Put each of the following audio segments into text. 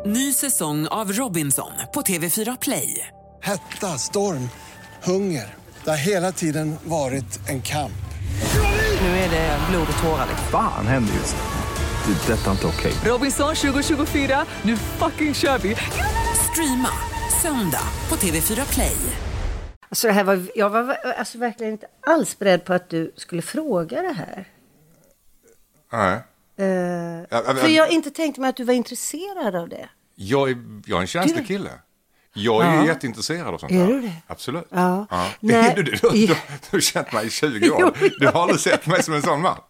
Ny säsong av Robinson på TV4 Play. Hetta, storm, hunger. Det har hela tiden varit en kamp. Nu är det blod och tårar. Fan händer just nu. Det. Detta är inte okej. Robinson 2024, nu fucking kör vi. Streama söndag på TV4 Play. Alltså jag var alltså verkligen inte alls beredd på att du skulle fråga det här. Nej. För jag inte tänkte mig att du var intresserad av det. Jag är en känslig kille. Jag är jätteintresserad av sånt här. Är du det? Absolut. Ja. Det är du. Du har känt mig i 20 år. Du har aldrig sett mig som en sån man.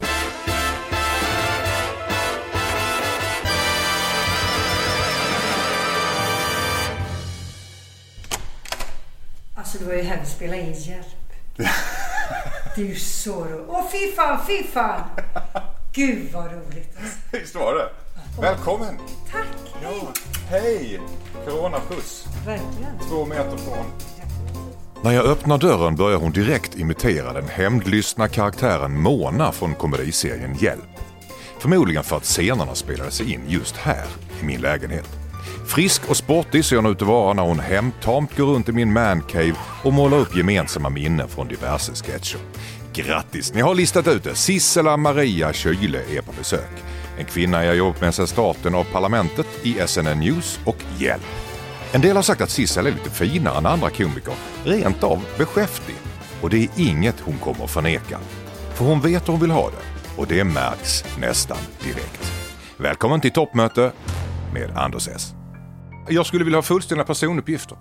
Alltså det var ju här vi spelade in Hjälp. Det är ju så roligt. Åh fy fan. Gud vad roligt alltså. Visst var det. Välkommen. Tack. Ja. Hej. Coronapuss. Verkligen. 2 meter från. När jag öppnar dörren börjar hon direkt imitera den hämndlystna karaktären Mona från komediserien Hjälp. Förmodligen för att scenerna spelades in just här i min lägenhet. Frisk och sportig ser hon ut att vara när hon hemtamt går runt i min mancave och målar upp gemensamma minnen från diverse sketcher. Grattis, ni har listat ut det. Sissela Maria Kyle är på besök. En kvinna jag jobbat med sedan starten av parlamentet i SNN News och Hjälp. En del har sagt att Sissela är lite finare än andra komiker, rent av beskäftig. Och det är inget hon kommer att förneka. För hon vet hur hon vill ha det. Och det märks nästan direkt. Välkommen till toppmöte med Anders S. Jag skulle vilja ha fullständiga personuppgifter.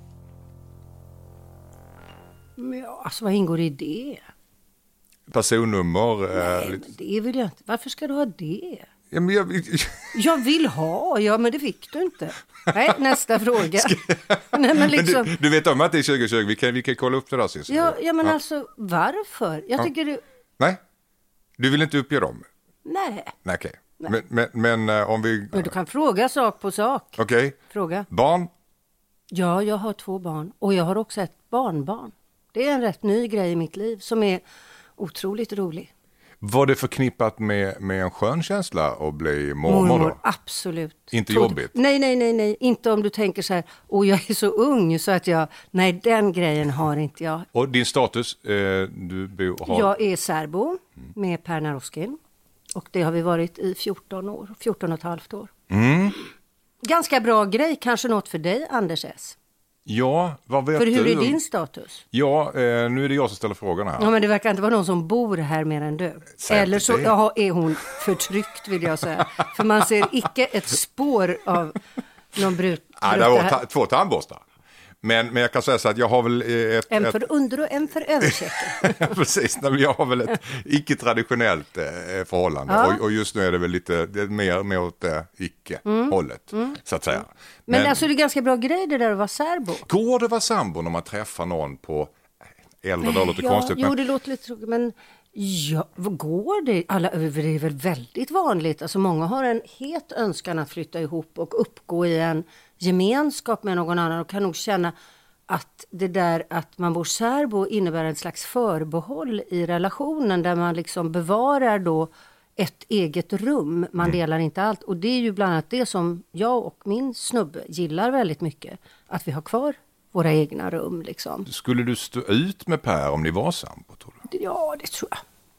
Ja, alltså vad ingår i det? Personnummer. Nej, det vill jag inte. Varför ska du ha det? Ja, men jag vill ha, men det fick du inte. Nej, nästa fråga. Nej, men liksom... du vet om att det är 2020, vi kan kolla upp det där sist. Ja, men alltså, varför? Jag tycker du... Nej, du vill inte uppge dem? Nej. Nej, okej. Men om vi... Men du kan fråga sak på sak. Okej. Fråga. Barn? Ja, jag har 2 barn. Och jag har också ett barnbarn. Det är en rätt ny grej i mitt liv som är otroligt rolig. Var det förknippat med en skön känsla att bli mormor då? Absolut. Inte jobbigt? Nej. Inte om du tänker så här, jag är så ung så att nej, den grejen har inte jag. Och din status? Jag är särbo med Per Naroskin. Och det har vi varit i 14 och ett halvt år. Mm. Ganska bra grej, kanske något för dig, Anders S. Ja, vad vet du? För hur är din status? Ja, nu är det jag som ställer frågorna här. Ja, men det verkar inte vara någon som bor här mer än du. Säkert eller så är hon förtryckt, vill jag säga. För man ser icke ett spår av någon brut. Ja, det var 2 tandborstar. Men jag kan säga så att jag har väl en för under och en för översäker. Precis, jag har väl ett icke-traditionellt förhållande. Ja. Och just nu är det väl lite mer åt icke-hållet, så att säga. Men alltså det är ganska bra grej det där att vara särbo. Går det att vara sambo när man träffar någon på äldre dag? Låter konstigt. Jo, det låter lite tråkigt, men går det? Det är väl väldigt vanligt. Alltså många har en het önskan att flytta ihop och uppgå i en gemenskap med någon annan och kan nog känna att det där att man bor särbo innebär en slags förbehåll i relationen där man liksom bevarar då ett eget rum. Man delar inte allt. Och det är ju bland annat det som jag och min snubbe gillar väldigt mycket. Att vi har kvar våra egna rum liksom. Skulle du stå ut med Per om ni var sambo, tror du? Ja, det tror jag.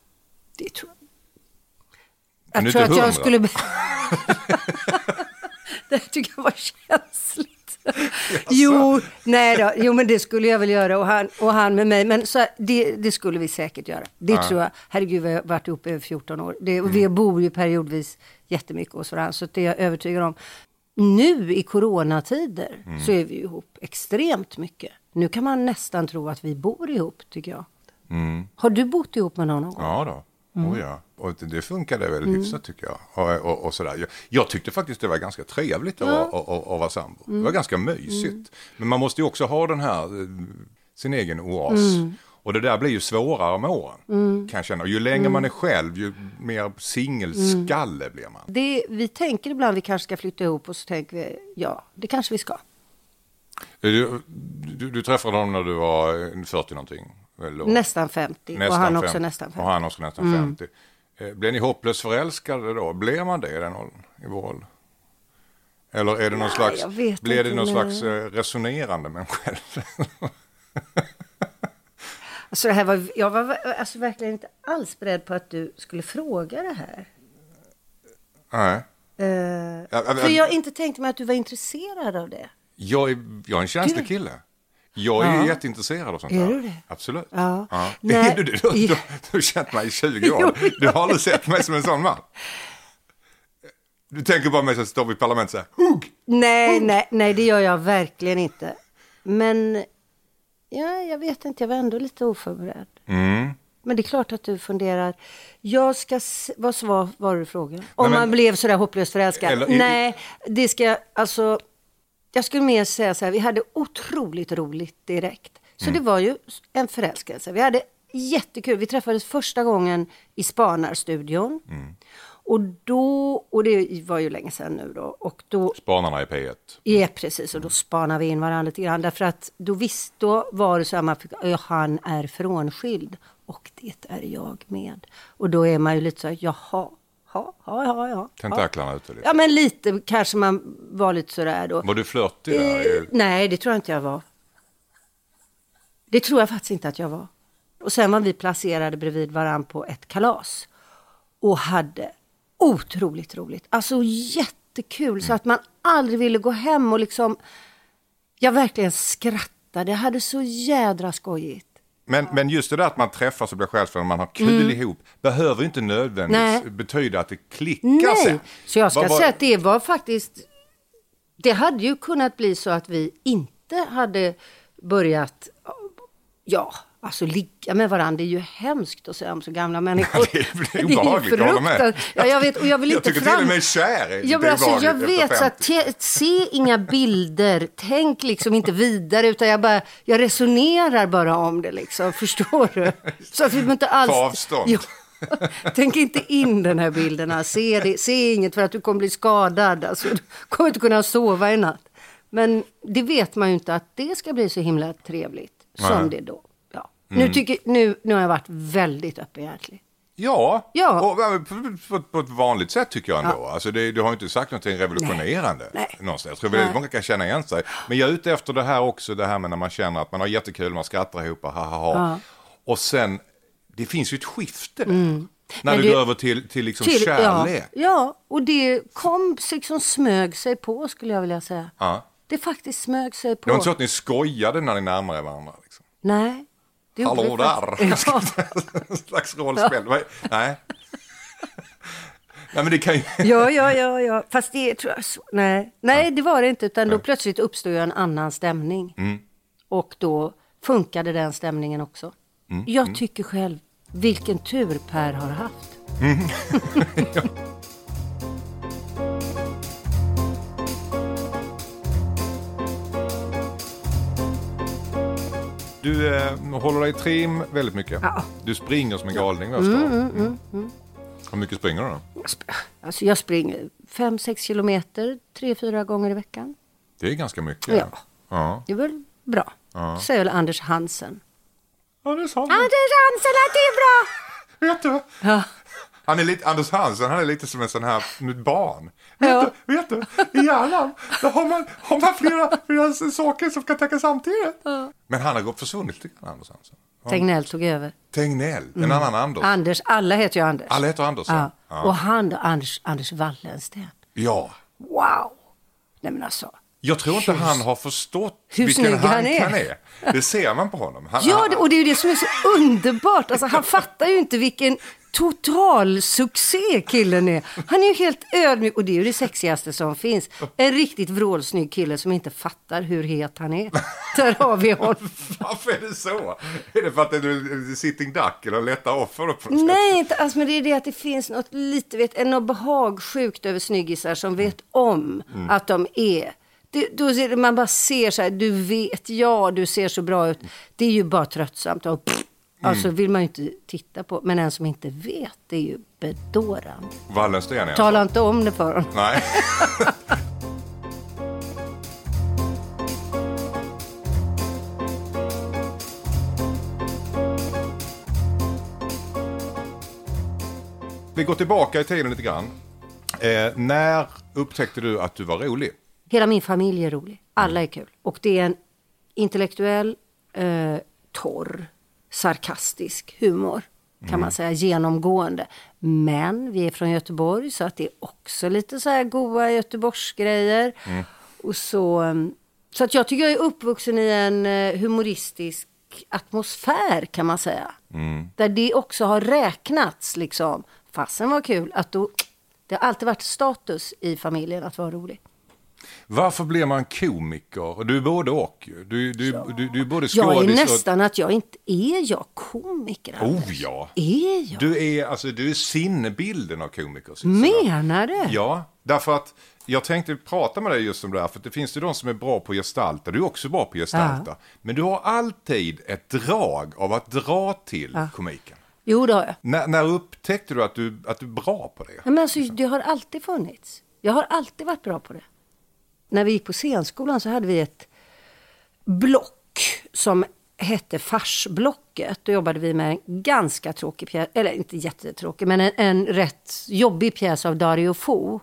Jag tror att jag skulle... Det tycker jag var känsligt. Jo, men det skulle jag väl göra och han med mig. Men så, det skulle vi säkert göra. Det tror jag. Herregud, vi har varit ihop över 14 år. Vi bor ju periodvis jättemycket hos varandra. Så det är jag övertygad om. Nu i coronatider så är vi ihop extremt mycket. Nu kan man nästan tro att vi bor ihop, tycker jag. Har du bott ihop med någon gång? Ja då. Ja. Och det funkade väl hyfsat, tycker jag. Och sådär. Jag tyckte faktiskt det var ganska trevligt att vara sambo. Det var ganska mysigt. Men man måste ju också ha den här sin egen oas. Och det där blir ju svårare med åren, kan jag känna. Och ju längre man är själv, ju mer singelskalle blir man. Vi tänker ibland vi kanske ska flytta ihop och så tänker vi, det kanske vi ska. Du träffade honom när du var 40 någonting? Eller? Nästan 50. Och han också nästan 50. Och han också nästan 50. Blev ni hopplöst förälskade då? Blev man det i den åldern? I vår ålder? Eller är det någon slags, blir det någon slags resonerande med en själv? Alltså jag var alltså verkligen inte alls beredd på att du skulle fråga det här. Nej. För jag inte tänkte mig att du var intresserad av det. Jag är en känslig kille. Jag är jätteintresserad av sånt här. Är du det? Absolut. Ja. Det är du har känt mig i 20 år. Du har aldrig sett mig som en sån man. Du tänker bara mig som står vid parlamentet så här. Hugg! Nej, det gör jag verkligen inte. Men jag vet inte, jag var ändå lite oförberedd. Men det är klart att du funderar. Jag ska vad var du frågan? Om man blev så där hopplöst förälskad. Nej, det ska alltså jag skulle mer säga så här, vi hade otroligt roligt direkt. Så det var ju en förälskelse. Vi hade jättekul. Vi träffades första gången i Spanarstudion. Och det var ju länge sedan nu då. Och då Spanarna i P1. Ja, precis. Och då spanar vi in varandra lite grann. Därför att då var det så att man fick, han är frånskild. Och det är jag med. Och då är man ju lite så här, jaha. Tentaklarna ute lite. Ja, men lite kanske man var lite sådär då. Var du flörtig där? Nej, det tror jag inte jag var. Det tror jag faktiskt inte att jag var. Och sen var vi placerade bredvid varann på ett kalas. Och hade otroligt roligt. Alltså jättekul. Så att man aldrig ville gå hem och liksom. Jag verkligen skrattade. Jag hade så jädra skojigt. Men just det där att man träffas och blir självförälskad och man har kul ihop behöver inte nödvändigtvis betyda att det klickar sen. Så jag ska säga att det var faktiskt. Det hade ju kunnat bli så att vi inte hade börjat. Alltså ligga med varandra, det är ju hemskt att säga om så gamla människor. Ja, det är obehagligt, jag håller med. Ja, jag vet, och jag vill inte tycker till och med kär. Jag vet, så att se inga bilder, tänk liksom inte vidare, utan jag resonerar bara om det liksom, förstår du? Så att vi inte alls. Ta avstånd. Ja, tänk inte in den här bilderna, se inget för att du kommer bli skadad, alltså, du kommer inte kunna sova i natt. Men det vet man ju inte att det ska bli så himla trevligt som det då. Nu har jag varit väldigt öppenhjärtlig. Ja. Och på ett vanligt sätt tycker jag ändå. Alltså du har inte sagt någonting revolutionerande. Nej. Någonstans. Jag tror väldigt många kan känna igen sig. Men jag är ute efter det här också, det här med när man känner att man har jättekul, man skrattar ihop och och sen, det finns ju ett skifte där. När du går över till liksom kärlek. Ja, och det kom liksom smög sig på, skulle jag vilja säga. Ja. Det faktiskt smög sig på. Det var inte så att ni skojade när ni närmade varandra liksom. Nej. Hallå där. En slags rollspel. Nej. Nej, men det kan ju. Ja. Fast det tror jag så. Nej, det var det inte. Utan då plötsligt uppstod ju en annan stämning. Och då funkade den stämningen också. Jag tycker själv, vilken tur Per har haft. Du håller dig i trim väldigt mycket. Ja. Du springer som en galning. Hur mycket springer du då? Alltså jag springer 5-6 kilometer 3-4 gånger i veckan. Det är ganska mycket. Ja. Det är väl bra. Säger Anders Hansen. Anders Hansen att det är bra! Vet du? Ja. Anders Hansen, han är lite som en sån här barn. Vet du? I hjärnan där har man flera saker som kan tänka samtidigt. Ja. Men han har gått försvunnit lite grann, Anders Hansen. Ja. Tegnell tog över. En annan Anders. Alla heter ju Anders. Alla heter Anders, ja. Och han då, Anders Wallensten. Ja. Wow. Nej men alltså. Jag tror inte han har förstått vilken han är. Det ser man på honom. Och det är ju det som är så underbart. Alltså, han fattar ju inte vilken total succé killen är. Han är ju helt ödmjuk och det är ju det sexigaste som finns. En riktigt vrålsnygg kille som inte fattar hur het han är. Där har vi honom. Varför är det så? Är det för att du är sitting duck eller lätta offer? Nej, inte alls, men det är det att det finns något lite, en behag sjukt över snyggisar som vet om att de är. Då man bara ser så här, du ser så bra ut. Det är ju bara tröttsamt och alltså vill man ju inte titta på. Men en som inte vet, det är ju bedårande. Wallensten är Tala inte om det för honom. Nej. Vi går tillbaka i tiden lite grann. När upptäckte du att du var rolig? Hela min familj är rolig. Alla är kul. Och det är en intellektuell, torr, sarkastisk humor. Kan man säga, genomgående. Men vi är från Göteborg, så att det är också lite så här goda Göteborgsgrejer. Och så att jag tycker jag är uppvuxen i en humoristisk atmosfär, kan man säga. Där det också har räknats liksom. Fastän var kul att det har alltid varit status i familjen att vara rolig. Varför blir man komiker? Du är både och. Du är både skådis jag är nästan att jag inte är jag komiker. Ja. Är jag? Du är sinnebilden av komiker. Menar du? Ja, därför att jag tänkte prata med dig just om det här. För det finns ju de som är bra på gestalta. Du är också bra på gestalta. Ja. Men du har alltid ett drag av att dra till komiken. Jo, det har jag. När upptäckte du att du är bra på det? Ja, men alltså, det har alltid funnits. Jag har alltid varit bra på det. När vi gick på scenskolan så hade vi ett block som hette Farsblocket. Då jobbade vi med en ganska tråkig pjäs, eller inte jättetråkig, men en rätt jobbig pjäs av Dario Fo.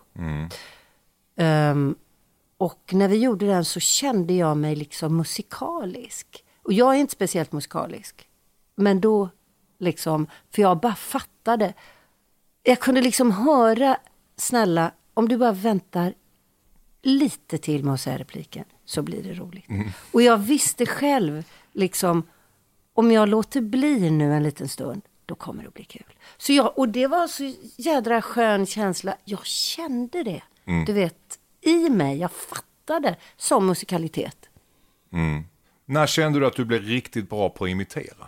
Och när vi gjorde den så kände jag mig liksom musikalisk. Och jag är inte speciellt musikalisk. Men då liksom, för jag bara fattade. Jag kunde liksom höra, snälla, om du bara väntar lite till med att säga repliken så blir det roligt. Och jag visste själv liksom, om jag låter bli nu en liten stund, då kommer det att bli kul. Och det var så jädra skön känsla. Jag kände det. Du vet, i mig. Jag fattade som musikalitet. När kände du att du blev riktigt bra på att imitera?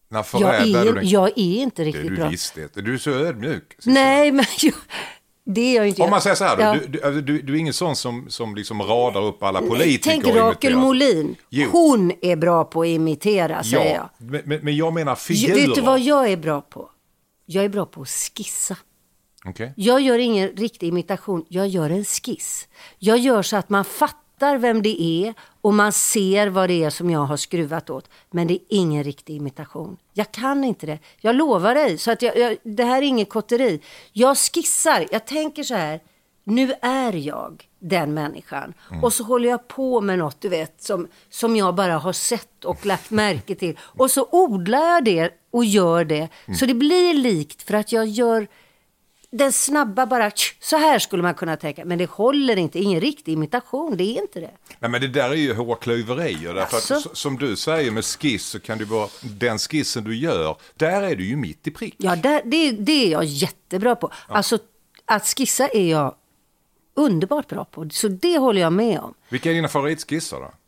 Jag är inte riktigt bra. Du är så ödmjuk. Nej, men det är jag inte. Om man säger så här då, du är ingen sån som liksom radar upp alla politiker. Tänk Rakel Molin. Hon är bra på att imitera, säger jag. Men jag menar figurer. Vet du vad jag är bra på? Jag är bra på att skissa. Okay. Jag gör ingen riktig imitation. Jag gör en skiss. Jag gör så att man fattar vem det är och man ser vad det är som jag har skruvat åt. Men det är ingen riktig imitation. Jag kan inte det. Jag lovar dig. Så att det här är ingen kotteri. Jag skissar. Jag tänker så här. Nu är jag den människan. Och så håller jag på med något, du vet, som jag bara har sett och lagt märke till. Och så odlar jag det och gör det. Så det blir likt, för att jag gör den snabba bara, så här skulle man kunna tänka. Men det håller inte, ingen riktig imitation, det är inte det. Nej, men det där är ju hårklöverier. Därför att, som du säger med skiss, så kan det vara den skissen du gör, där är du ju mitt i prick. Ja, det är jag jättebra på. Ja. Alltså, att skissa är jag underbart bra på. Så det håller jag med om. Vilka är dina favoritskisser då?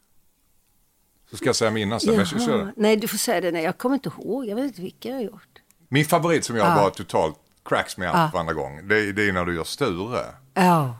Så ska jag säga mina sen. Nej, du får säga det. Nej, jag kommer inte ihåg. Jag vet inte vilka jag har gjort. Min favorit som jag bara totalt cracks med allt varandra gång. Det är när du gör Sture. Ja.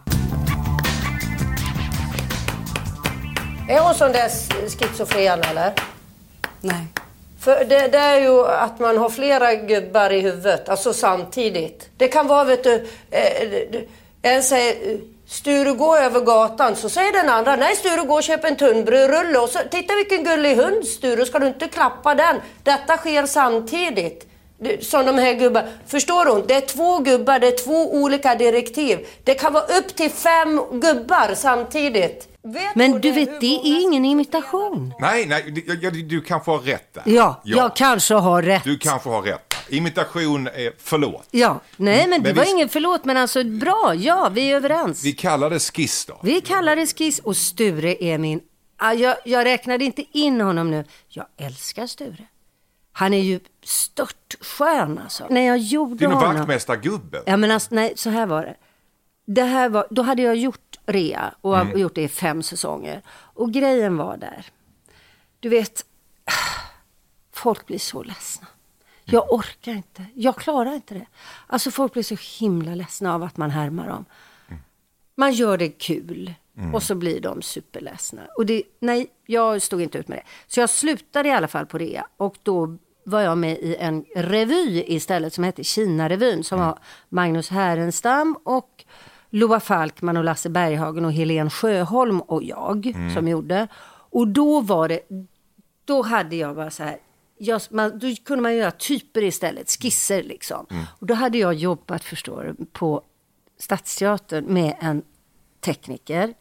Är hon sån där schizofren eller? Nej. För det är ju att man har flera gubbar i huvudet, alltså samtidigt. Det kan vara, vet du, en säger, Sture, gå över gatan, så säger den andra, nej Sture, gå och köp en tunnbrödrulle. Och så, titta vilken gullig hund, Sture, ska du inte klappa den? Detta sker samtidigt. Som de här gubbar. Förstår hon? Det är 2 gubbar, det är 2 olika direktiv. Det kan vara upp till 5 gubbar samtidigt. Men du vet, det är ingen imitation. Nej, du kanske har rätt där. Ja, jag kanske har rätt. Du kanske har rätt. Imitation är förlåt. Ja, nej men det var ingen förlåt, men alltså bra, ja, vi är överens. Vi kallar det skiss då. Vi kallar det skiss, och Sture är min... Jag räknade inte in honom nu. Jag älskar Sture. Han är ju stört skön alltså. När jag gjorde honom... Din vaktmästargubbe. Ja, men alltså, nej, så här var det. Då hade jag gjort Rea och gjort det i 5 säsonger. Och grejen var där. Du vet, folk blir så ledsna. Jag orkar inte. Jag klarar inte det. Alltså folk blir så himla ledsna av att man härmar dem. Man gör det kul. Och så blir de superledsna. Och nej, jag stod inte ut med det. Så jag slutade i alla fall på Rea. Och då var jag med i en revy istället som hette Kina-revyn. Som var Magnus Härenstam och Loa Falkman och Lasse Berghagen och Helene Sjöholm och jag som gjorde. Och då hade jag bara så här... då kunde man göra typer istället, skisser liksom. Och då hade jag jobbat, förstår du, på Stadsteatern med en tekniker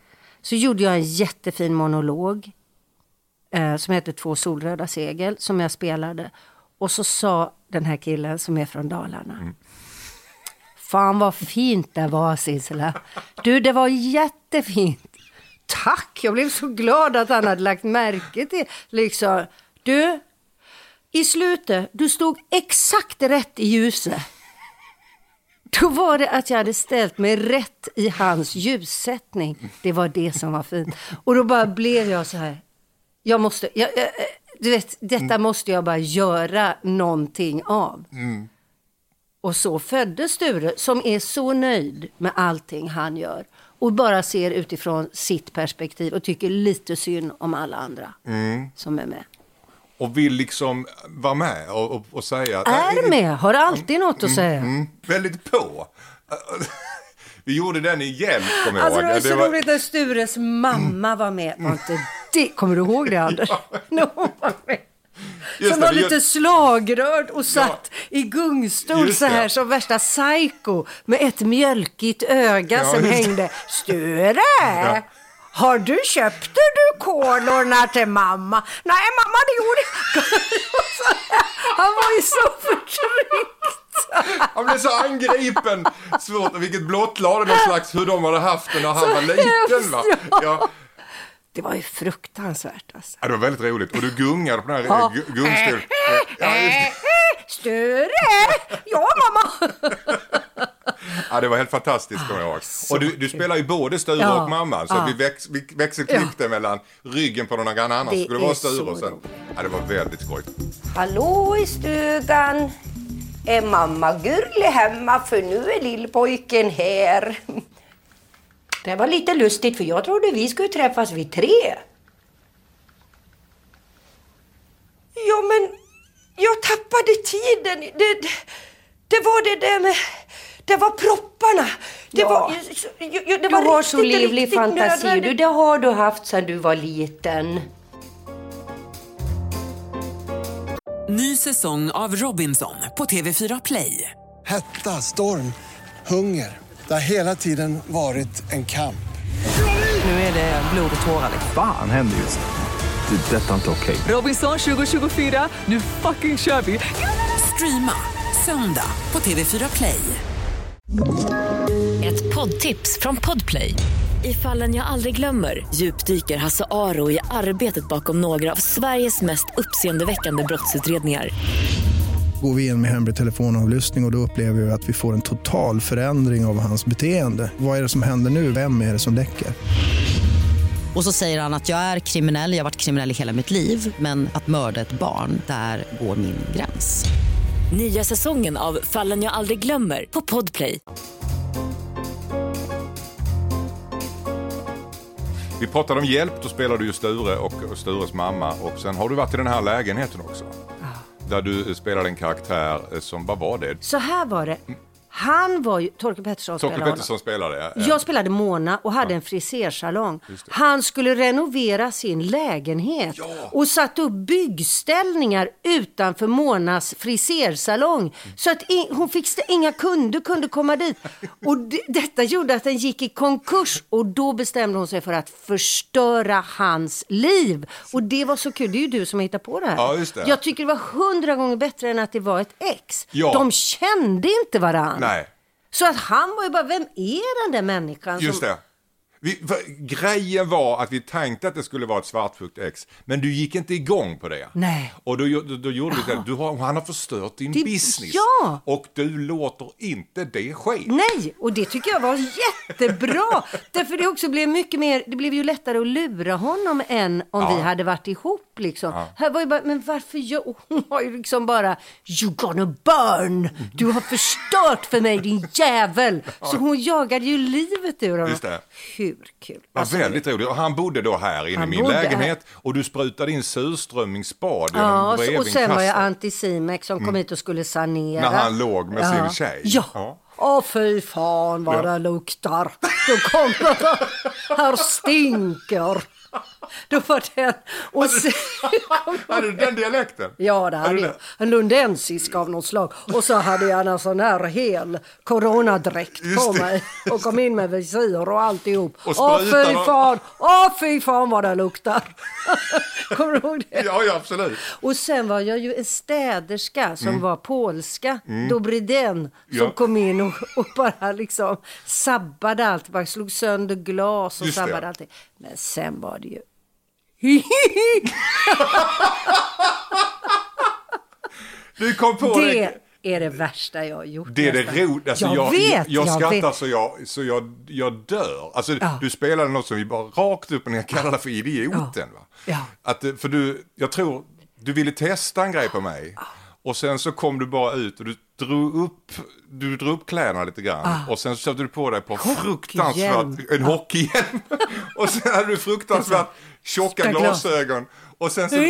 Så gjorde jag en jättefin monolog som heter 2 solröda segel som jag spelade. Och så sa den här killen som är från Dalarna. Fan vad fint det var, Sissela. Du, det var jättefint. Tack, jag blev så glad att han hade lagt märke till. Liksom, du, i slutet, du stod exakt rätt i ljuset. Då var det att jag hade ställt mig rätt i hans ljussättning. Det var det som var fint. Och då bara blev jag så här. Du vet, detta måste jag bara göra någonting av. Och så föddes Sture, som är så nöjd med allting han gör. Och bara ser utifrån sitt perspektiv och tycker lite synd om alla andra som är med. Och vill liksom vara med och säga... Är med, har alltid något att säga. Väldigt på. Vi gjorde den i hjälp, kommer jag alltså ihåg. det var så roligt när Stures mamma var med. Var inte det? Kommer du ihåg det, Anders? När hon var med. Som var lite slagrörd och satt i gungstol så här som värsta psycho med ett mjölkigt öga som hängde. Sture, har du köpte du kolorna till mamma? Nej, mamma, det gjorde han var ju så förtryckt. Han blev så angripen. Svårt, vilket blottlade någon slags hur de hade haft det när han var liten, va? Ja. Det var ju fruktansvärt alltså. Ja, det var väldigt roligt. Och du gungade på den här gungstol. Sture! Ja, mamma! Ja, det var helt fantastiskt, kommer jag ihåg. Och du spelar ju både Sture och mamma. Så vi växelklippte mellan ryggen på någon annan. Så skulle det vara Sture och sen. Ja, det var väldigt skojt. Hallå i stugan. Är mamma Gurli hemma? För nu är lillpojken här. Det var lite lustigt för jag trodde vi skulle träffas vid 3. Ja, men jag tappade tiden. Det var det där med... Det var propparna. Det var du har så livlig fantasi. Det har du haft sedan du var liten. Ny säsong av Robinson på TV4 Play. Hetta, storm, hunger. Det har hela tiden varit en kamp. Nu är det blod och tårar. Fan händer just det. Det är detta inte okej. Robinson 2024, nu fucking kör vi. Streama söndag på TV4 Play. Ett poddtips från Podplay. I Fallen jag aldrig glömmer djupdyker Hasse Aro i arbetet bakom några av Sveriges mest uppseendeväckande brottsutredningar. Går vi in med hemlig telefonavlyssning och då upplever vi att vi får en total förändring av hans beteende. Vad är det som händer nu? Vem är det som läcker? Och så säger han att jag är kriminell, jag har varit kriminell i hela mitt liv. Men att mörda ett barn, där går min gräns. Nya säsongen av Fallen jag aldrig glömmer på Podplay. Vi pratade om hjälp, då spelade du ju Sture och Stures mamma. Och sen har du varit i den här lägenheten också. Där du spelade en karaktär som, vad var det? Så här var det. Han var ju, Torkel Pettersson spelade. Ja. Jag spelade Mona och hade en frisersalong. Han skulle renovera sin lägenhet och satt upp byggställningar utanför Monas frisersalong. Så att inga kunder kunde komma dit. Och detta gjorde att den gick i konkurs och då bestämde hon sig för att förstöra hans liv. Och det var så kul, det är ju du som hittar på det här. Ja, just det. Jag tycker det var 100 gånger bättre än att det var ett ex. Ja. De kände inte varandra. Nej. Så att han var ju bara, vem är den där människan? Just det. Grejen var att vi tänkte att det skulle vara ett svartsjukt ex. Men du gick inte igång på det. Nej. Och då gjorde vi det. Han har förstört din business. Ja. Och du låter inte det ske. Nej, och det tycker jag var jättebra. Därför det också blev mycket mer, det blev ju lättare att lura honom än om vi hade varit ihop liksom. Här var ju bara, men varför hon har ju liksom bara, you gonna burn. Du har förstört för mig, din jävel. Så hon jagade ju livet ur honom. Just det. Hur kul. Alltså, väldigt roligt. Och han bodde då här inne i min lägenhet. Och du sprutade in surströmmingsspad genom brevinkastet. Och sen var jag Anticimex som kom hit och skulle sanera. När han låg med sin tjej. Ja. Åh fy fan vad det luktar. Då kommer det. Här stinker. Då var den... Och sen, hade du den dialekten? Ja, det hade jag. En lundensisk av något slag. Och så hade jag en sån här hel coronadräkt på mig. Och kom in med visir och alltihop. Fy fan vad det luktar. Kommer du ihåg det? Ja, absolut. Och sen var jag ju en städerska som var polska. Dobriden som kom in och bara liksom sabbade allt. Bara slog sönder glas och sabbade allting. Men sen var det ju... Du kom på det är det värsta jag har gjort. Det är det roligt. Alltså, jag skrattar så jag dör. Alltså, du spelade något som vi bara rakt upp och ner kallade för idioten. Va? Ja. Jag tror du ville testa en grej på mig. Och sen så kom du bara ut och du drog upp kläderna lite grann. Och sen så satte du på dig på fruktansvärt en hockeyhjälm. Och sen hade du fruktansvärt tjocka glasögon. Och sen så...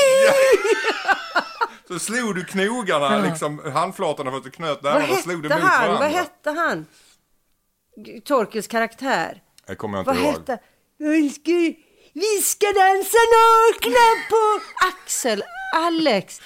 Så slog du knogarna, liksom handflatorna för att du knöt där och slog det mot varandra. Vad hette han? Torkels karaktär. Jag kommer inte ihåg. Vad hette? Vi ska dansa nakna på Axel. Alex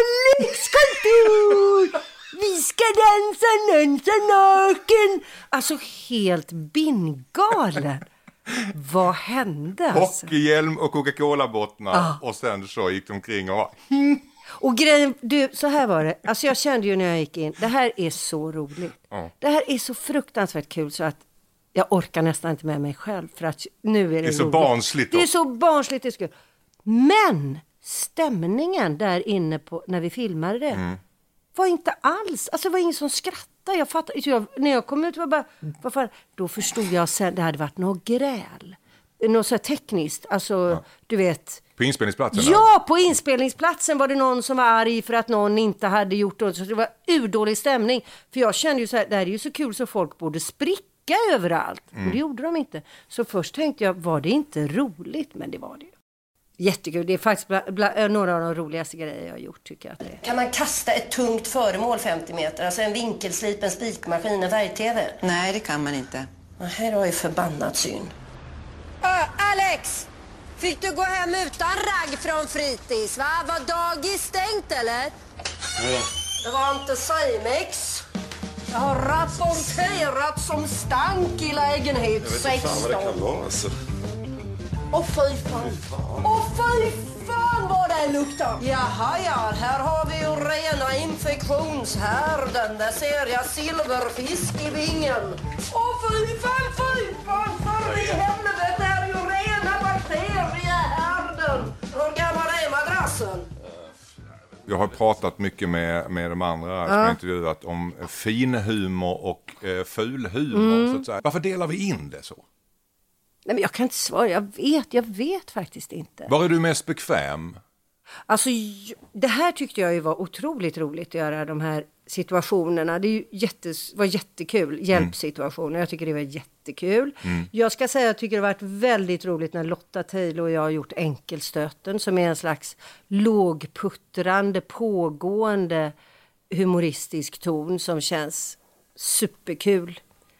kontor. Vi ska dansa naken. Alltså helt bingalen. Vad hände? Alltså? Hockeyhjälm och Coca-Cola-bottnar. Och sen så gick de omkring och... Och grejen, så här var det. Alltså jag kände ju när jag gick in, det här är så roligt. Det här är så fruktansvärt kul så att jag orkar nästan inte med mig själv. För att nu är det så barnsligt. Det är så barnsligt, det är så kul. Men stämningen där inne på, när vi filmade det, var inte alls, alltså det var ingen som skrattade. Jag fattade, när jag kom ut var bara, vad fan, då förstod jag sen, det hade varit något gräl. Något så här tekniskt, alltså du vet. På inspelningsplatsen? Ja, på inspelningsplatsen var det någon som var arg för att någon inte hade gjort det. Så det var urdålig stämning. För jag kände ju så här, det här är ju så kul så folk borde spricka överallt. Men det gjorde de inte. Så först tänkte jag, var det inte roligt? Men det var det ju. Jättekul, det är faktiskt några av de roligaste grejer jag har gjort tycker jag att det är. Kan man kasta ett tungt föremål 50 meter? Alltså en vinkelslipen spikmaskin, en färg-tv? Nej, det kan man inte. Här har jag förbannat syn. Alex! Fick du gå hem utan ragg från fritids, va? Var dagis stängt, eller? Ja. Det var inte Simex. Jag har rapporterat som stank i lägenhet 16. Jag vet inte fan vad det kan vara, alltså. Åh, fy fan. Åh, fy fan vad det luktar. Jaha, ja. Här har vi ju rena infektionshärden. Där ser jag silverfisk i vingen. Åh, fy fan, för i helvete. Det är ju rena bakteriehärden. Hur gammal är madrassen? Jag har pratat mycket med de andra som jag intervjuat om fin humor och ful humor. Så att säga. Varför delar vi in det så? Nej, men jag kan inte svara, jag vet faktiskt inte. Var är du mest bekväm? Alltså, det här tyckte jag ju var otroligt roligt att göra, de här situationerna. Det är ju var jättekul, hjälpsituationer. Jag tycker det var jättekul. Jag ska säga att jag tycker det har varit väldigt roligt när Lotta Taylor och jag har gjort Enkelstöten, som är en slags lågputtrande, pågående humoristisk ton som känns superkul.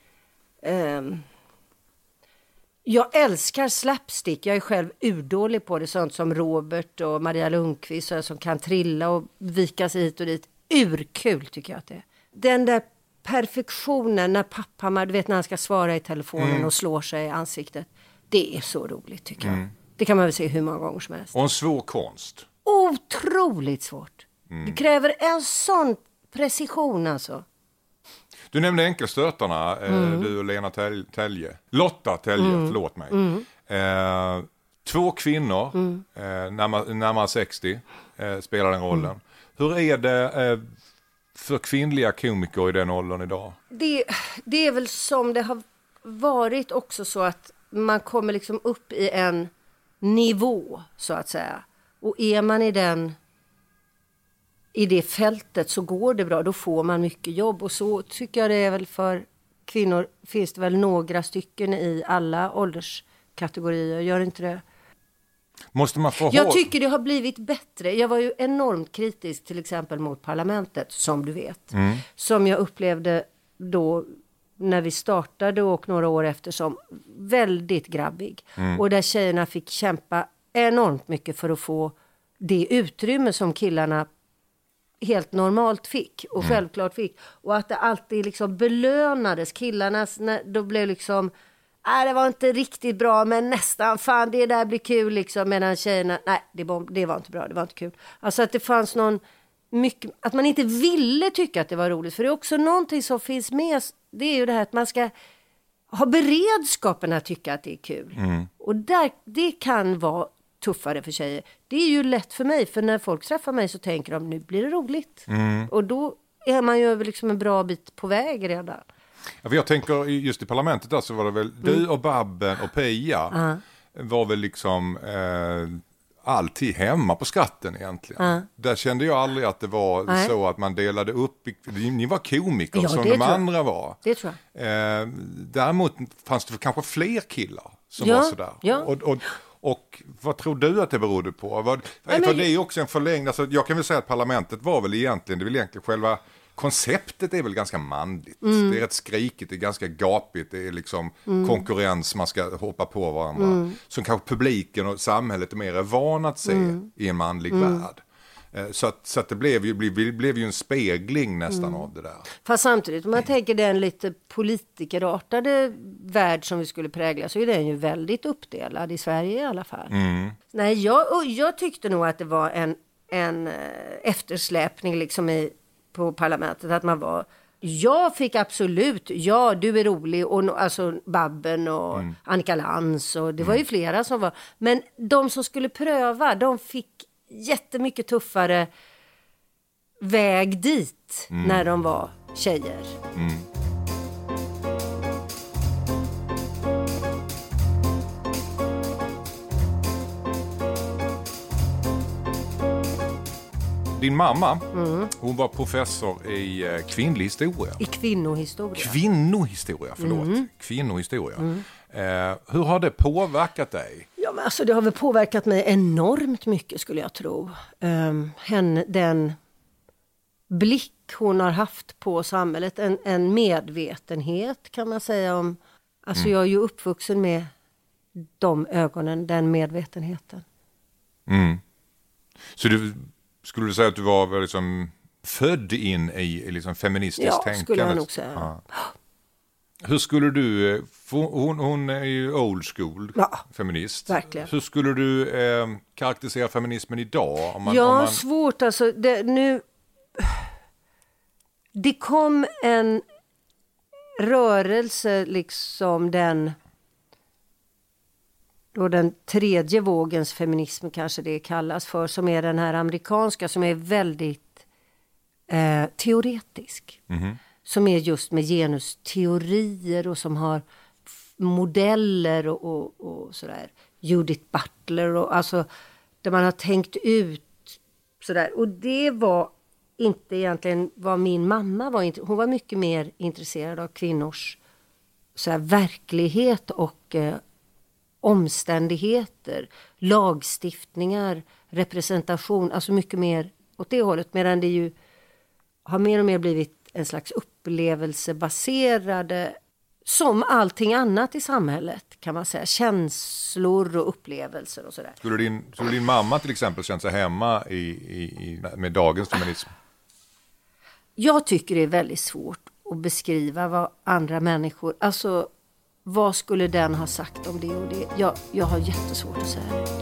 Jag älskar slapstick. Jag är själv urdålig på det. Sånt som Robert och Maria Lundqvist som kan trilla och vika sig hit och dit. Urkul tycker jag att det är. Den där perfektionen när pappa, du vet när han ska svara i telefonen och slår sig i ansiktet. Det är så roligt tycker jag. Det kan man väl se hur många gånger som helst. Och en svår konst. Otroligt svårt. Det kräver en sån precision alltså. Du nämnde Enkelstötarna, du och Lena Telje. Lotta Telje, förlåt mig. 2 kvinnor, närmare 60, spelar den rollen. Hur är det för kvinnliga komiker i den åldern idag? Det är väl som det har varit också så att man kommer liksom upp i en nivå så att säga. Och är man i det fältet så går det bra, då får man mycket jobb. Och så tycker jag det är väl för kvinnor, finns det väl några stycken i alla ålderskategorier, gör inte det? Måste man få Jag tycker det har blivit bättre. Jag var ju enormt kritisk till exempel mot parlamentet, som du vet. Som jag upplevde då när vi startade och några år efter som väldigt grabbig. Och där tjejerna fick kämpa enormt mycket för att få det utrymme som killarna helt normalt fick och självklart fick. Och att det alltid liksom belönades. Killarnas, då blev liksom, det var inte riktigt bra men nästan, fan det där blir kul liksom. Medan tjejerna, nej det var inte bra, det var inte kul. Alltså att det fanns någon mycket, att man inte ville tycka att det var roligt. För det är också någonting som finns med, det är ju det här att man ska ha beredskapen att tycka att det är kul. Och det kan vara tuffare för tjejer. Det är ju lätt för mig, för när folk träffar mig så tänker de, nu blir det roligt. Och då är man ju liksom en bra bit på väg redan. Ja, för jag tänker just i parlamentet där så var det väl du och Babben och Pia var väl liksom alltid hemma på skatten egentligen. Där kände jag aldrig att det var så att man delade upp. Ni var komiker som de andra var. Det tror jag. Däremot fanns det kanske fler killar som var sådär. Ja. Och vad tror du att det berodde på? För det är ju också en förlängd, alltså jag kan väl säga att parlamentet var väl egentligen, det är väl egentligen själva konceptet är väl ganska manligt. Det är rätt skrikigt, det är ganska gapigt, det är liksom konkurrens, man ska hoppa på varandra. Som kanske publiken och samhället är mer van att se i en manlig värld. Så att det blev ju en spegling nästan av det där. Fast samtidigt, om man tänker den lite politikerartade värld som vi skulle prägla, så är den ju väldigt uppdelad i Sverige i alla fall. Nej, jag tyckte nog att det var en eftersläpning liksom på parlamentet, att man var, jag fick absolut, du är rolig, och alltså Babben och Annika Lantz, och det var ju flera som var, men de som skulle pröva, de fick jättemycket tuffare väg dit när de var tjejer. Din mamma, hon var professor i kvinnlig historia. I kvinnohistoria. Kvinnohistoria. Hur har det påverkat dig? Ja, men alltså det har väl påverkat mig enormt mycket, skulle jag tro. Den blick hon har haft på samhället, en medvetenhet kan man säga om. Alltså jag är ju uppvuxen med de ögonen, den medvetenheten. Så skulle du säga att du var liksom född in i liksom feministiskt tänkande? Ja, skulle jag nog säga. Hur skulle du, hon är ju old school feminist. Verkligen. Hur skulle du karaktärisera feminismen idag? Svårt alltså. Det kom en rörelse liksom den tredje vågens feminism kanske det kallas för, som är den här amerikanska, som är väldigt teoretisk. Som är just med genusteorier och som har modeller och sådär. Judith Butler och alltså där man har tänkt ut sådär. Och det var inte egentligen vad min mamma var. Hon var mycket mer intresserad av kvinnors sådär, verklighet och omständigheter, lagstiftningar, representation, alltså mycket mer åt det hållet, medan det ju har mer och mer blivit en slags upplevelsebaserade, som allting annat i samhället kan man säga, känslor och upplevelser och sådär. Skulle din mamma till exempel känna sig hemma med dagens feminism? Jag tycker det är väldigt svårt att beskriva vad andra människor, alltså vad skulle den ha sagt om det och det? Jag har jättesvårt att säga det.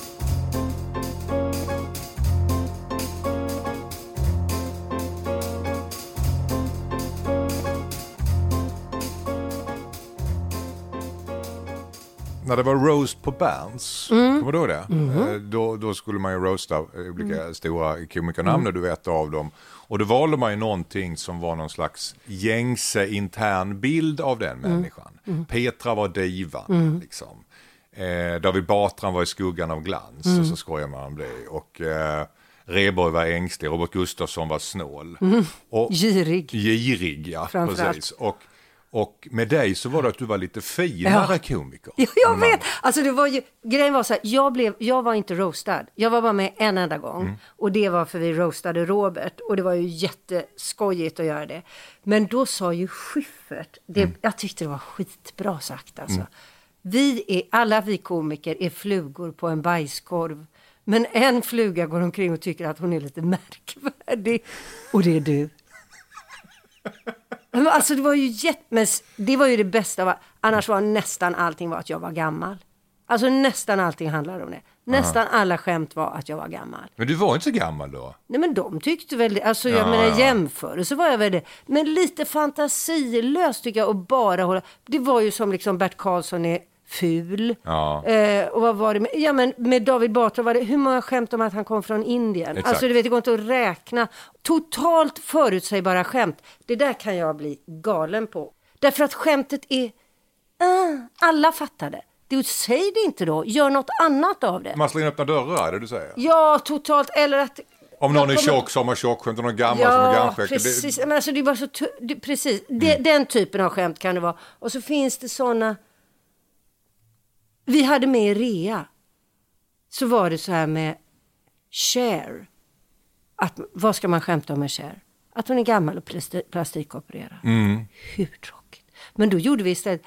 När det var roast på Berns, kommer du ihåg det? Då skulle man ju roasta olika stora komikernamn, och du vet av dem. Och då valde man ju någonting som var någon slags gängse intern bild av den människan. Petra var divan, liksom. David Batran var i skuggan av glans, och så skojar man om det. Och Rheborg var ängslig, Robert Gustafsson var snål. Och girig, ja, precis. Och med dig så var det att du var lite finare komiker. Ja, jag vet. Alltså det var ju, grejen var så här, jag var inte roastad. Jag var bara med en enda gång. Och det var för vi roastade Robert. Och det var ju jätteskojigt att göra det. Men då sa ju Schyffert, jag tyckte det var skitbra sagt alltså. Alla vi komiker är flugor på en bajskorv. Men en fluga går omkring och tycker att hon är lite märkvärdig. Och det är du. Men alltså det var ju det var ju det bästa av. Annars var nästan allting var att jag var gammal. Alltså nästan allting handlade om det. Nästan alla skämt var att jag var gammal. Men du var inte så gammal då? Nej, men de tyckte väl, alltså jag menar jämförelse var jag väl det. Men lite fantasilöst tycker jag och bara hålla. Det var ju som liksom Bert Karlsson är ful. Och vad var det men med David Batra var det hur många skämt om att han kom från Indien. Exakt. Alltså du vet, det går inte att räkna. Totalt förutsägbara skämt. Det där kan jag bli galen på. Därför att skämtet är alla fattar det. Säg det inte då. Gör något annat av det. Man slår in öppna dörrar, är det du säger? Ja, totalt. Eller att om någon är tjock så har man tjockskämt och någon gammal som är gamskämt. Precis. Men alltså det är bara så precis. Den typen av skämt kan det vara. Och så finns det såna. Vi hade med Rea. Så var det så här med Cher. Vad ska man skämta om med Cher? Att hon är gammal och plastikopererad. Hur tråkigt. Men då gjorde vi istället.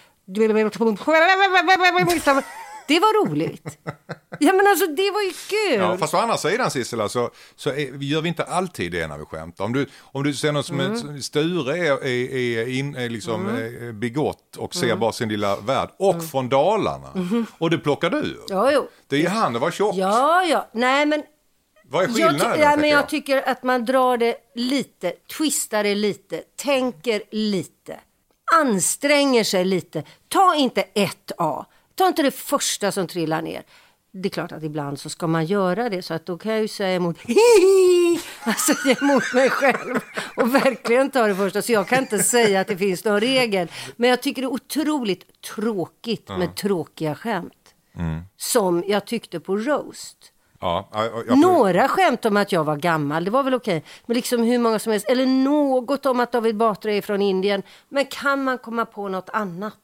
Det var roligt. Ja men alltså det var ju kul. Ja, fast å andra sidan Sissela så gör vi inte alltid det när vi skämtar. Om du ser något som Sture är liksom bigott och ser bara sin lilla värld och från Dalarna. Och det plockar du. Jo. Det är han, det var tjock. Ja. Nej men vad är skillnaden? Jag tycker att man drar det lite, twistar det lite, tänker lite, anstränger sig lite. Ta inte ett A. Ta inte det första som trillar ner. Det är klart att ibland så ska man göra det. Så att då kan jag ju säga emot emot mig själv. Och verkligen ta det första. Så jag kan inte säga att det finns någon regel. Men jag tycker det är otroligt tråkigt med tråkiga skämt. Som jag tyckte på roast. Några skämt om att jag var gammal, det var väl okej. Men liksom hur många som helst. Eller något om att David Batra är från Indien. Men kan man komma på något annat?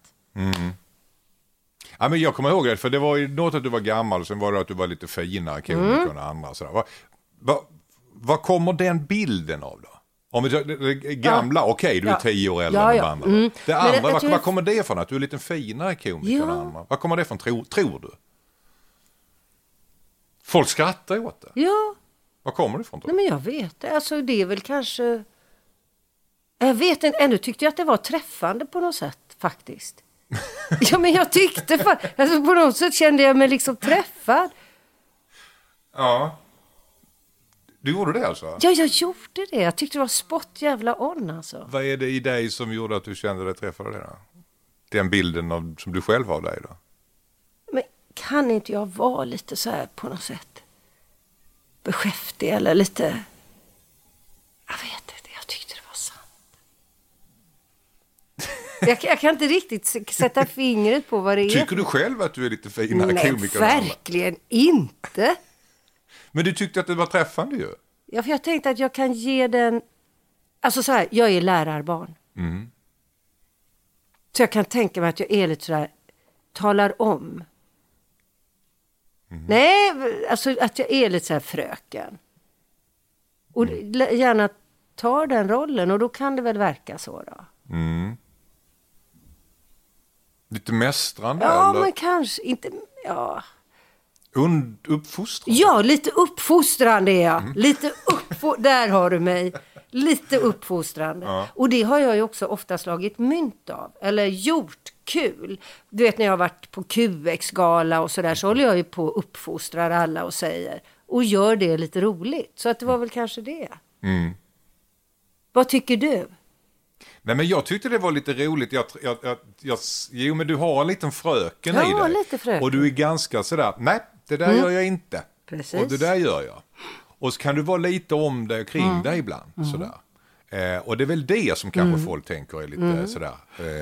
Ja, men jag kommer ihåg det, för det var ju något att du var gammal och sen var det att du var lite finare komiker än andra. Vad kommer den bilden av då? Om det gamla, okej, du är 10 år äldre än de andra. Det andra, vad kommer det från? Att du är lite finare komiker än andra? Vad kommer det från, tror du? Folk skrattar åt det. Ja. Vad kommer det ifrån då? Nej men jag vet det. Alltså det är väl kanske. Jag vet inte. Ändå tyckte jag att det var träffande på något sätt faktiskt. Ja men jag tyckte alltså, på något sätt kände jag mig liksom träffad. Ja. Du gjorde det alltså? Ja, jag gjorde det. Jag tyckte det var spott jävla on alltså. Vad är det i dig som gjorde att du kände dig träffade det då? Den bilden som du själv har av dig då? Men kan inte jag vara lite så här på något sätt beskäftig eller lite. Jag vet inte, jag tyckte det var sant. Jag kan inte riktigt sätta fingret på vad det är. Tycker du själv att du är lite finare komiker? Nej, verkligen inte. Men du tyckte att det var träffande ju. Ja, för jag tänkte att jag kan ge den. Alltså så här, jag är lärarbarn. Så jag kan tänka mig att jag är lite så här, talar om. Nej, alltså att jag är lite så här fröken. Och gärna tar den rollen och då kan det väl verka så då. Lite mästrande ja, eller? Men kanske inte, ja. Uppfostrande? Ja, lite uppfostrande är jag. Lite där har du mig. Lite uppfostrande. Ja. Och det har jag ju också ofta slagit mynt av. Eller gjort kul. Du vet när jag har varit på QX-gala och sådär så håller jag ju på att uppfostra alla och säger. Och gör det lite roligt. Så att det var väl kanske det. Vad tycker du? Nej, men jag tyckte det var lite roligt. Jo, men du har en liten fröken i dig. Lite fröken. Och du är ganska sådär, nej, det där gör jag inte. Precis. Och det där gör jag. Och så kan du vara lite om det kring dig ibland. Sådär. Och det är väl det som kanske folk tänker är lite sådär.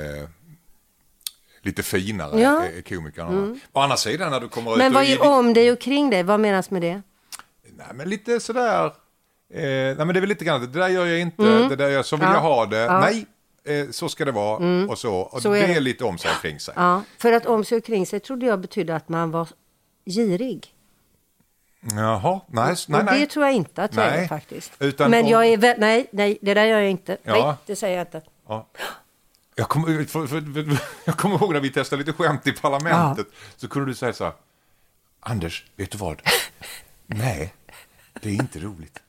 Lite finare komikerna. På andra sidan när du kommer ut. Men vad är om dig och kring dig? Vad menas med det? Nej, men lite sådär. Nej, men det är väl lite grann. Det där gör jag inte. Det där så vill jag ha det. Nej. så ska det vara och så. Och Så det är är det. lite om sig kring sig. Ja, för att om sig kring sig trodde jag betydde att man var girig. Jaha, nej. Och det tror jag inte att jag är faktiskt. Utan men jag är nej, det där gör jag inte. Ja. Nej, det säger jag inte. Ja. Jag kommer ihåg när vi testade lite skämt i parlamentet. Så kunde du säga så här: Anders, vet du vad? Nej, det är inte roligt.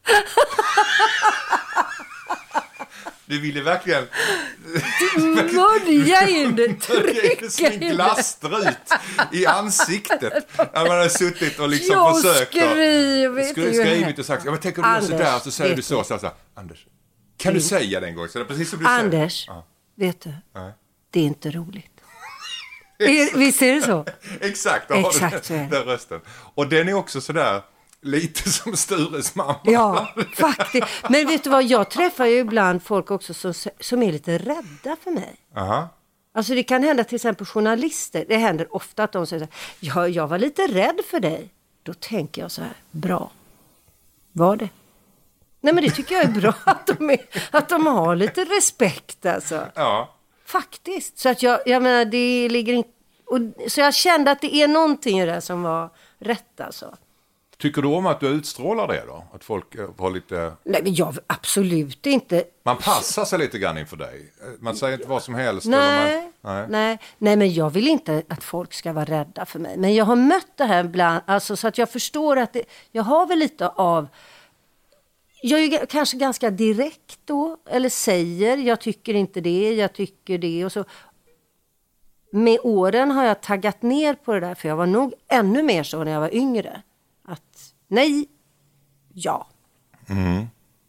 Du ville verkligen... Mörja in det, trycka in det. Glasstrut i ansiktet. När man har suttit och liksom jag försökt. skrivit och sagt, ja, men tänker du göra sådär, så säger du så här, Anders, kan du säga det en gång? Så det är precis som du Anders, säger. vet du, Nej. det är inte roligt. Visst är det så? Exakt, Exakt så är det. Den rösten. Och den är också sådär lite som Stures mamma. Ja, faktiskt. Men vet du vad, jag träffar ju ibland folk också som är lite rädda för mig. Aha. Alltså det kan hända till exempel journalister. Det händer ofta att de säger så här, ja, jag var lite rädd för dig. Då tänker jag så här, bra. Var det? Nej, men det tycker jag är bra att de har lite respekt alltså. Ja. Faktiskt. Så att jag menar, det ligger inte... Så jag kände att det är någonting i det som var rätt alltså. Tycker du om att du utstrålar det då? Att folk har lite... Nej, men jag absolut inte... Man passar sig lite grann inför dig. Man säger inte vad som helst. Nej, men jag vill inte att folk ska vara rädda för mig. Men jag har mött det här ibland, alltså, så att jag förstår att jag har väl lite av... Jag är ju kanske ganska direkt då, eller säger, jag tycker inte det, jag tycker det och så. Med åren har jag taggat ner på det där, för jag var nog ännu mer så när jag var yngre. Att nej, ja. Mm.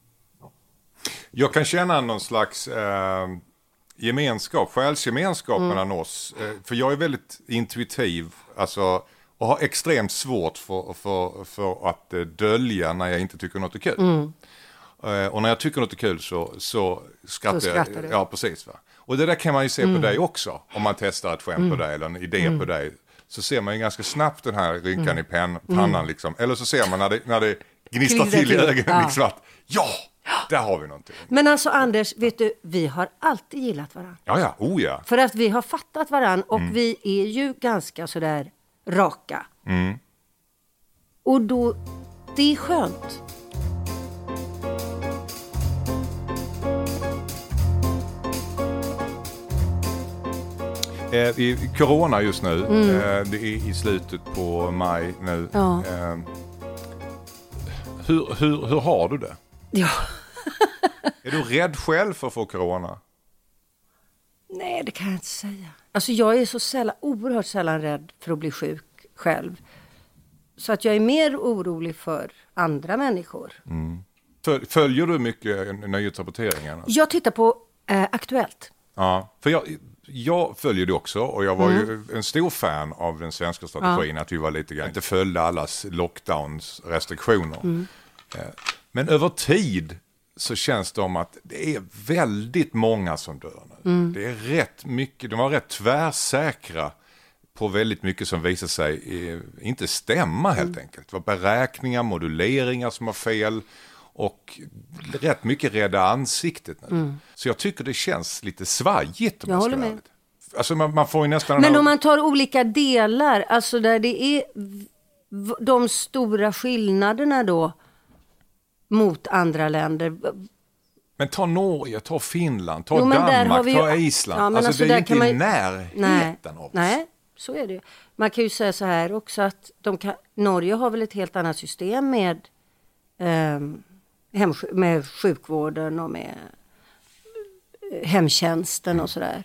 Jag kan känna någon slags gemenskap, själsgemenskap mellan oss. För jag är väldigt intuitiv, alltså, och har extremt svårt för att dölja när jag inte tycker något är kul. Och när jag tycker något är kul så skrattar jag. Ja, precis. Va? Och det där kan man ju se på dig också. Om man testar ett skämt på dig eller en idé på dig. Så ser man ju ganska snabbt den här rynkan i pannan. Liksom. Eller så ser man när det gnistrar till i ögonen. Liksom att, där har vi någonting. Men alltså Anders, vet du, vi har alltid gillat varandra. Ja, ja. För att vi har fattat varandra och vi är ju ganska sådär raka. Och då, det är skönt. I corona just nu, det är i slutet på maj nu. Ja. Hur har du det? Ja. Är du rädd själv för att få corona? Nej, det kan jag inte säga. Alltså jag är så oerhört sällan rädd för att bli sjuk själv. Så att jag är mer orolig för andra människor. Följer du mycket nyhetsrapporteringen? Jag tittar på Aktuellt. Ja, för jag följer det också och jag var ju en stor fan av den svenska strategin att vi var lite grann inte följde allas lockdowns restriktioner. Men över tid så känns det om att det är väldigt många som dör nu. Det är rätt mycket, de var rätt tvärsäkra på väldigt mycket som visar sig inte stämma helt enkelt. Det var beräkningar, moduleringar som var fel. Och rätt mycket rädda ansiktet nu. Så jag tycker det känns lite svajigt. Jag håller med. Alltså man får ju nästan... Men om man tar olika delar, alltså där det är de stora skillnaderna då mot andra länder. Men ta Norge, ta Finland, ta Danmark, ta Island. Ja, men alltså det är inte i närheten av oss. Nej, så är det. Man kan ju säga så här också att Norge har väl ett helt annat system med sjukvården och med hemtjänsten och sådär.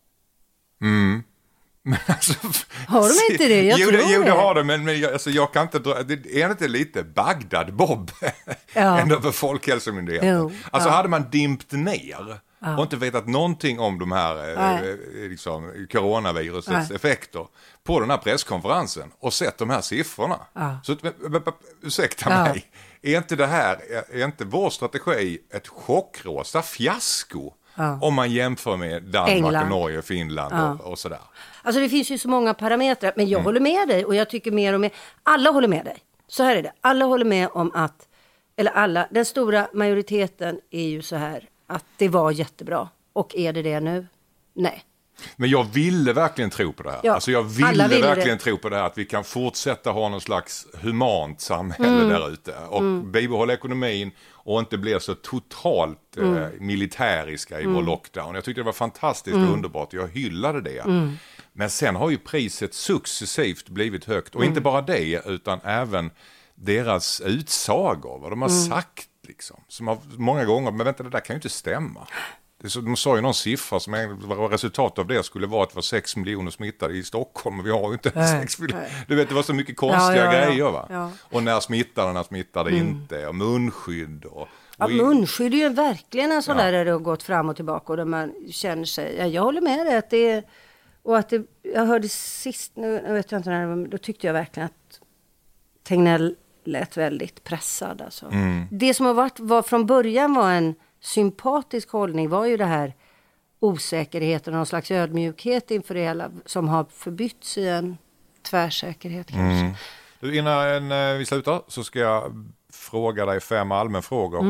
Men alltså, har de inte det? Jo, det har de, men jag kan inte dra... Det är inte lite Bagdad-Bob ändå för Folkhälsomyndigheten. Hade man dimpt ner och inte vetat någonting om de här liksom, coronavirusets effekter på den här presskonferensen och sett de här siffrorna. Så ursäkta mig, är inte vår strategi ett chockrosa fiasko? Om man jämför med Danmark, England, Norge, Finland och sådär. Alltså det finns ju så många parametrar. Men jag håller med dig och jag tycker mer och mer. Alla håller med dig. Så här är det. Alla håller med om att, den stora majoriteten är ju så här att det var jättebra Och är det nu? Nej. Men jag ville verkligen tro på det här. Ja, alltså jag ville verkligen tro på det här, att vi kan fortsätta ha någon slags humant samhälle där ute. Och bibehålla ekonomin och inte bli så totalt militäriska i vår lockdown. Jag tyckte det var fantastiskt och underbart. Jag hyllade det. Men sen har ju priset successivt blivit högt. Och inte bara det, utan även deras utsagor, vad de har sagt liksom. Som har många gånger, men vänta, det där kan ju inte stämma. De sa ju någon siffra som var resultat av det skulle vara att det var 6 miljoner smittade i Stockholm, och vi har ju inte 6 miljoner. Du vet, det var så mycket konstiga grejer va? Ja. Och när smittade inte, och munskydd och munskydd är ju verkligen en sån där det har gått fram och tillbaka och där man känner sig, jag håller med dig att det är, och att det, jag hörde sist, nu vet jag inte när, då tyckte jag verkligen att Tegnell lät väldigt pressad alltså. Det som var från början var en sympatisk hållning var ju det här osäkerheten och någon slags ödmjukhet inför det hela som har förbytts i en tvärsäkerhet kanske. Innan vi slutar så ska jag fråga dig 5 allmänfrågor.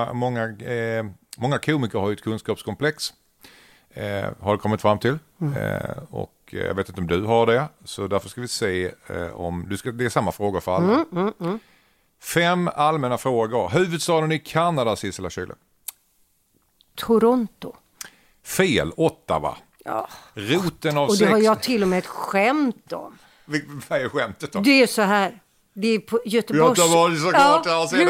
Många komiker har ju ett kunskapskomplex. Har du kommit fram till. Och jag vet inte om du har det. Så därför ska vi se om det är samma frågor för alla. 5 allmänna frågor. Huvudstaden i Kanada, Sissela Kyle. Toronto. Fel, Ottawa. Ja. Roten av och det har jag till och med ett skämt om. Vad är skämtet då? Det är så här. Det är på Göteborgs... Göteborg såklart.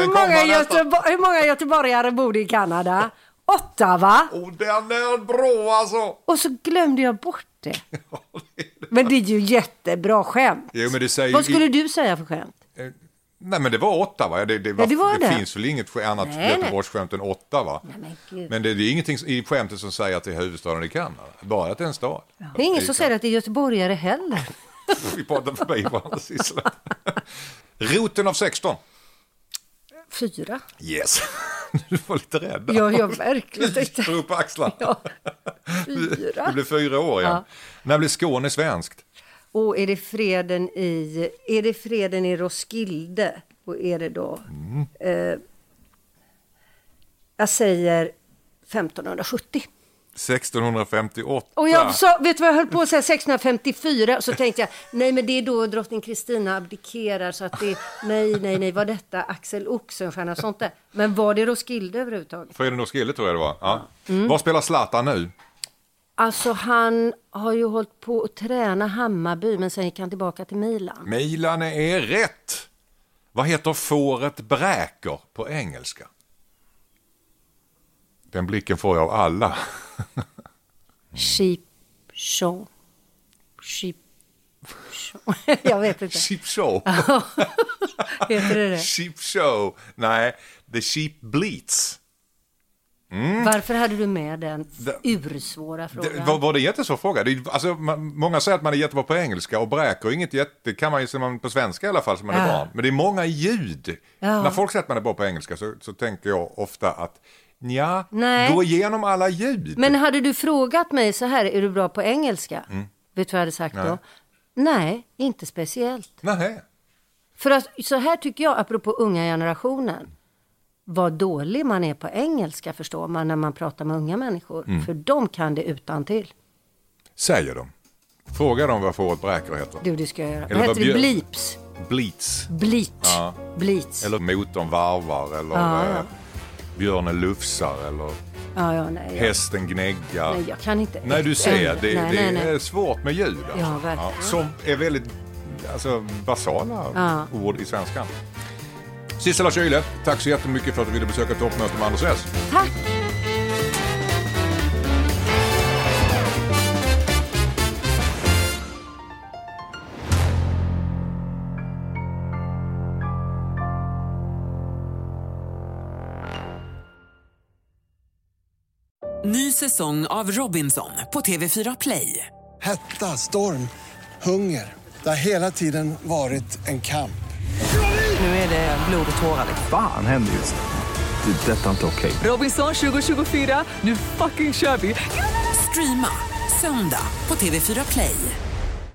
Hur många göteborgare bor i Kanada? Ottawa. Och den är bra alltså. Och så glömde jag bort det. Men det är ju jättebra skämt. Jo, men det säger vad skulle du säga för skämt? Nej, men det var Ottawa. Det finns väl inget annat Göteborgsskämt än Ottawa. Men det är ingenting i skämtet som säger att det är huvudstaden i Kanada. Bara att det är en stad. Ja. Det är ingen som säger att det är göteborgare heller. Vi pratar förbi varandra, Sissela. Roten av 16. 4. Yes. Du var lite rädd. Ja, jag verkligen. Du drog upp axlarna. Ja. 4. Du blev 4 år igen. Ja. När blir Skåne svenskt? Och är det freden i Roskilde? Och är det då... jag säger 1570. 1658. Och jag vet vad jag höll på att säga? 1654. Så tänkte jag, nej men det är då drottning Kristina abdikerar. Så att det nej, var detta Axel Oxenstierna och sånt där. Men var det Roskilde överhuvudtaget? Freden Roskilde tror jag det var. Ja. Vad spelar Zlatan nu? Alltså han har ju hållit på att träna Hammarby, men sen gick han tillbaka till Milan. Milan är rätt. Vad heter fåret bräker på engelska? Den blicken får jag av alla. Sheep show. Sheep show. Jag vet inte. Sheep show. Heter det? Sheep show. Nej, the sheep bleats. Varför hade du med den ursvåra frågan? Var det en jättesvår fråga? Alltså, många säger att man är jättebra på engelska och bräker inget det kan man ju som på svenska i alla fall som man är bra. Men det är många ljud. När folk säger att man är bra på engelska så tänker jag ofta att gå igenom alla ljud. Men hade du frågat mig så här, är du bra på engelska? Vet du vad jag hade sagt då? Nej, inte speciellt. Nej. För att, så här tycker jag, apropå unga generationen. Vad dålig man är på engelska förstår man när man pratar med unga människor. För de kan det utan till. Säger de. Fråga dem vad fåret bräker heter. Det ska jag göra. Vad heter det? Bleeps? Bleats. Ja. Bleats. Eller motorn varvar eller björnen lufsar eller hästen gnäggar. Nej, jag kan inte. Nej, du ser. Det är svårt med ljud. Alltså. Ja, verkligen. Som är väldigt basala ord i svenskan. Sissela Kyle, tack så jättemycket för att du ville besöka toppmötet med Anders S. Tack! Ny säsong av Robinson på TV4 Play. Hetta, storm, hunger. Det har hela tiden varit en kamp. Nu är det blod och tårar. Fan händer just det. Det är detta inte okej. Robinson 2024, nu fucking kör vi. Streama söndag på TV4 Play.